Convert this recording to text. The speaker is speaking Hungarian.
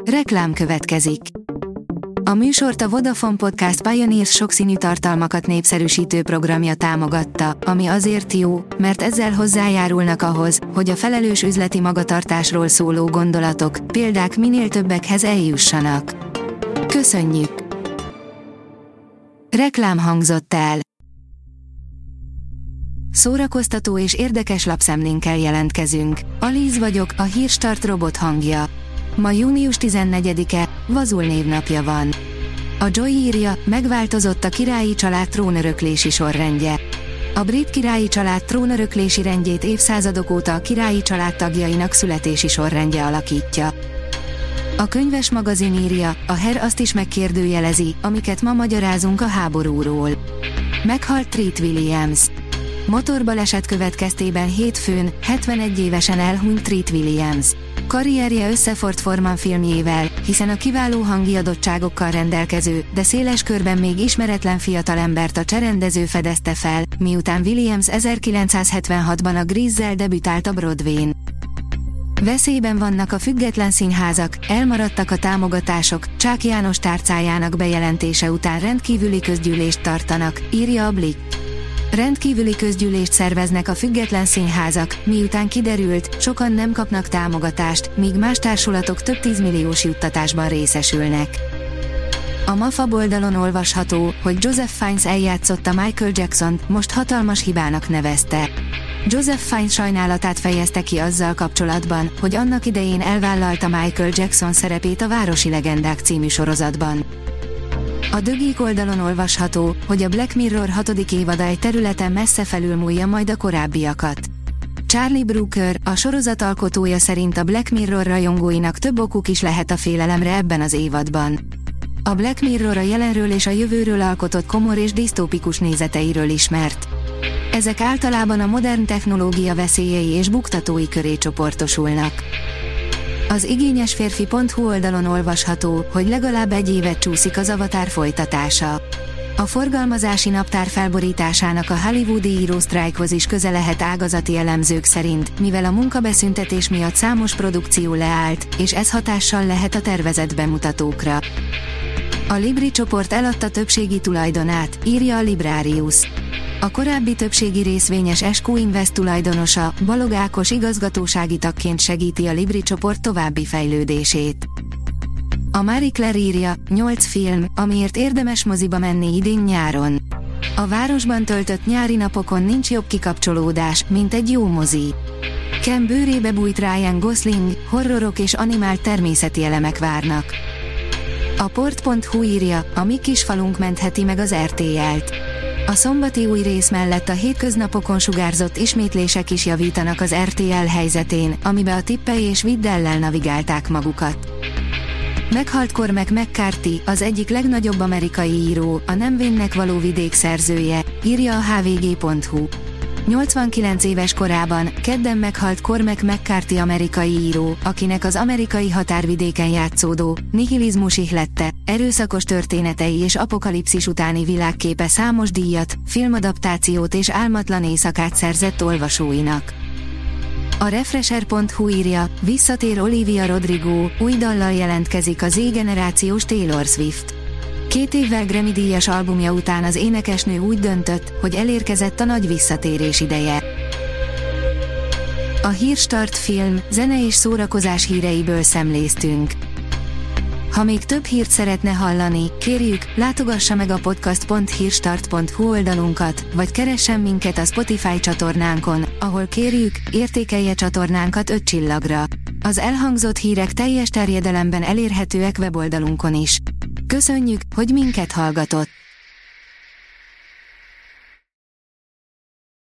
Reklám következik. A műsort a Vodafone Podcast Pioneers sokszínű tartalmakat népszerűsítő programja támogatta, ami azért jó, mert ezzel hozzájárulnak ahhoz, hogy a felelős üzleti magatartásról szóló gondolatok, példák minél többekhez eljussanak. Köszönjük! Reklám hangzott el. Szórakoztató és érdekes lapszemlénkkel jelentkezünk. Alíz vagyok, a Hírstart robot hangja. Ma június 14-e, Vazul névnapja van. A Joy írja, megváltozott a királyi család trónöröklési sorrendje. A brit királyi család trónöröklési rendjét évszázadok óta a királyi család tagjainak születési sorrendje alakítja. A Könyves magazin írja, a Her azt is megkérdőjelezi, amiket ma magyarázunk a háborúról. Meghalt Treat Williams. Motorbaleset következtében hétfőn, 71 évesen elhunyt Treat Williams. Karrierje összeforrt Forman filmjével, hiszen a kiváló hangi adottságokkal rendelkező, de széles körben még ismeretlen fiatalembert a cserendező fedezte fel, miután Williams 1976-ban a Grease-zel debütált a Broadwayn. Veszélyben vannak a független színházak, elmaradtak a támogatások, Csák János tárcájának bejelentése után rendkívüli közgyűlést tartanak, írja a Blick. Rendkívüli közgyűlést szerveznek a független színházak, miután kiderült, sokan nem kapnak támogatást, míg más társulatok több 10 milliós juttatásban részesülnek. A MAFA oldalon olvasható, hogy Joseph Fiennes eljátszotta Michael Jacksont, most hatalmas hibának nevezte. Joseph Fiennes sajnálatát fejezte ki azzal kapcsolatban, hogy annak idején elvállalta Michael Jackson szerepét a Városi legendák című sorozatban. A The Geek oldalon olvasható, hogy a Black Mirror 6. évada egy területen messze felülmúlja majd a korábbiakat. Charlie Brooker, a sorozat alkotója szerint a Black Mirror rajongóinak több okuk is lehet a félelemre ebben az évadban. A Black Mirror a jelenről és a jövőről alkotott komor és disztópikus nézeteiről ismert. Ezek általában a modern technológia veszélyei és buktatói köré csoportosulnak. Az igényesférfi.hu oldalon olvasható, hogy legalább egy évet csúszik az Avatar folytatása. A forgalmazási naptár felborításának a hollywoodi írósztrájkhoz is köze lehet ágazati elemzők szerint, mivel a munkabeszüntetés miatt számos produkció leállt, és ez hatással lehet a tervezett bemutatókra. A Libri csoport eladta többségi tulajdonát, írja a Librarius. A korábbi többségi részvényes SQ Invest tulajdonosa, Balog Ákos igazgatósági tagként segíti a Libri csoport további fejlődését. A Marie Claire írja, 8 film, amiért érdemes moziba menni idén nyáron. A városban töltött nyári napokon nincs jobb kikapcsolódás, mint egy jó mozi. Ken bőrébe bújt Ryan Gosling, horrorok és animált természeti elemek várnak. A port.hu írja, a mi kis falunk mentheti meg az RTL-t. A szombati új rész mellett a hétköznapokon sugárzott ismétlések is javítanak az RTL helyzetén, amibe a Tippelj és Vidd ellel navigálták magukat. Meghalt Cormac McCarthy, az egyik legnagyobb amerikai író, a Nem vénnek való vidék szerzője, írja a hvg.hu. 89 éves korában, kedden meghalt Cormac McCarthy amerikai író, akinek az amerikai határvidéken játszódó, nihilizmus ihlette, erőszakos történetei és apokalipszis utáni világképe számos díjat, filmadaptációt és álmatlan éjszakát szerzett olvasóinak. A Refresher.hu írja, visszatér Olivia Rodrigo, új dallal jelentkezik a Z-generációs Taylor Swift. 2 évvel Grammy-díjas albumja után az énekesnő úgy döntött, hogy elérkezett a nagy visszatérés ideje. A Hírstart film, zene és szórakozás híreiből szemléztünk. Ha még több hírt szeretne hallani, kérjük, látogassa meg a podcast.hírstart.hu oldalunkat, vagy keressen minket a Spotify csatornánkon, ahol kérjük, értékelje csatornánkat 5 csillagra. Az elhangzott hírek teljes terjedelemben elérhetőek weboldalunkon is. Köszönjük, hogy minket hallgatott!